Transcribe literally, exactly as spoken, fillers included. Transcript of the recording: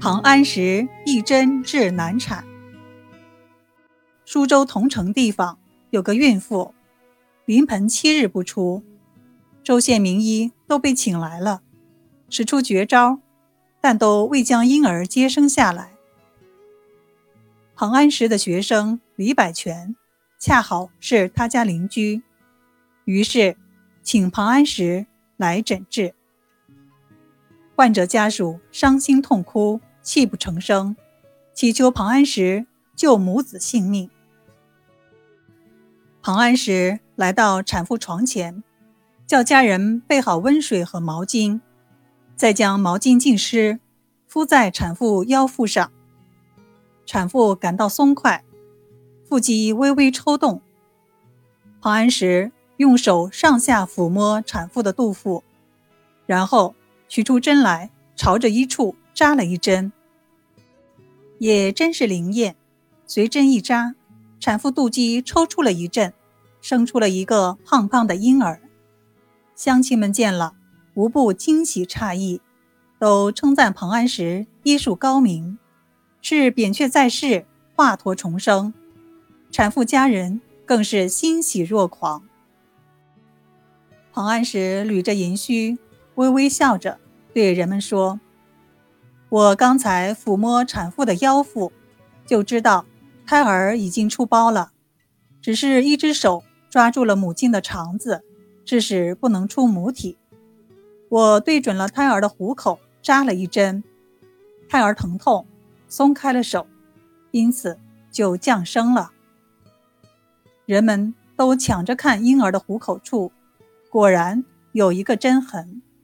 庞安石一针治难产。苏州桐城地方有个孕妇，临盆七日不出，州县名医都被请来了，使出绝招，但都未将婴儿接生下来。庞安石的学生李百全恰好是他家邻居，于是请庞安石来诊治。患者家属伤心痛哭，泣不成声，祈求庞安石救母子性命。庞安石来到产妇床前，叫家人备好温水和毛巾，再将毛巾浸湿，敷在产妇腰腹上。产妇感到松快，腹肌微微抽动。庞安石用手上下抚摸产妇的肚腹，然后取出针来，朝着一处扎了一针。也真是灵验，随针一扎，产妇肚脐抽搐了一阵，生出了一个胖胖的婴儿。乡亲们见了，无不惊喜诧异，都称赞庞安石医术高明，是扁鹊在世，华佗重生。产妇家人更是欣喜若狂。庞安石捋着银须，微微笑着对人们说：我刚才抚摸产妇的腰腹，就知道胎儿已经出包了，只是一只手抓住了母亲的肠子，致使不能出母体。我对准了胎儿的虎口扎了一针，胎儿疼痛，松开了手，因此就降生了。人们都抢着看婴儿的虎口处，果然有一个针痕。